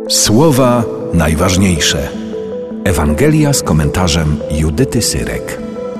Słowa najważniejsze. Ewangelia z komentarzem Judyty Syrek.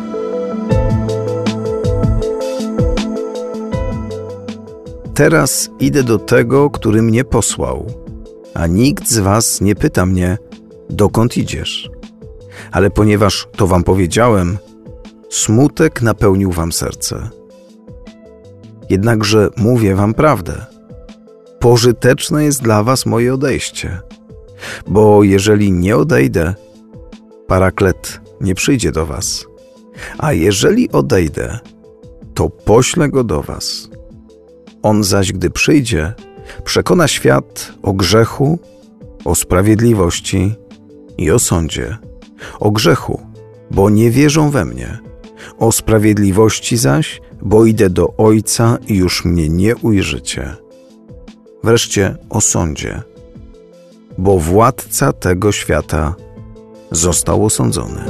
Teraz idę do tego, który mnie posłał, a nikt z was nie pyta mnie, dokąd idziesz. Ale ponieważ to wam powiedziałem, smutek napełnił wam serce. Jednakże mówię wam prawdę. Pożyteczne jest dla was moje odejście, bo jeżeli nie odejdę, Paraklet nie przyjdzie do was, a jeżeli odejdę, to poślę go do was. On zaś, gdy przyjdzie, przekona świat o grzechu, o sprawiedliwości i o sądzie. O grzechu, bo nie wierzą we mnie. O sprawiedliwości zaś, bo idę do Ojca i już mnie nie ujrzycie. Wreszcie o sądzie, bo władca tego świata został osądzony.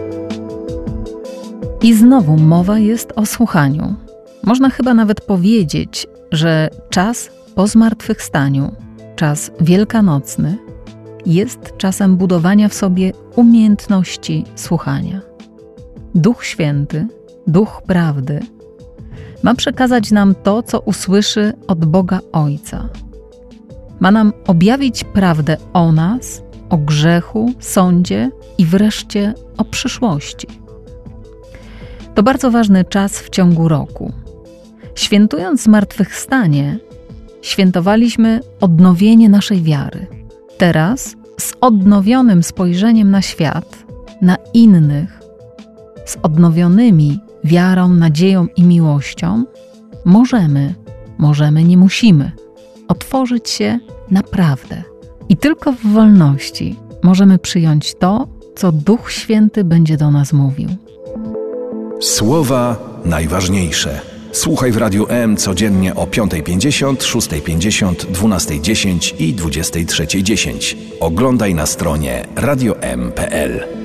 I znowu mowa jest o słuchaniu. Można chyba nawet powiedzieć, że czas po zmartwychwstaniu, czas wielkanocny, jest czasem budowania w sobie umiejętności słuchania. Duch Święty, Duch Prawdy ma przekazać nam to, co usłyszy od Boga Ojca. Ma nam objawić prawdę o nas, o grzechu, sądzie i wreszcie o przyszłości. To bardzo ważny czas w ciągu roku. Świętując zmartwychwstanie, świętowaliśmy odnowienie naszej wiary. Teraz z odnowionym spojrzeniem na świat, na innych, z odnowionymi wiarą, nadzieją i miłością, możemy, nie musimy otworzyć się na prawdę. I tylko w wolności możemy przyjąć to, co Duch Święty będzie do nas mówił. Słowa najważniejsze. Słuchaj w Radiu M codziennie o 5:50, 6:50, 12:10 i 23:10. Oglądaj na stronie radiom.pl.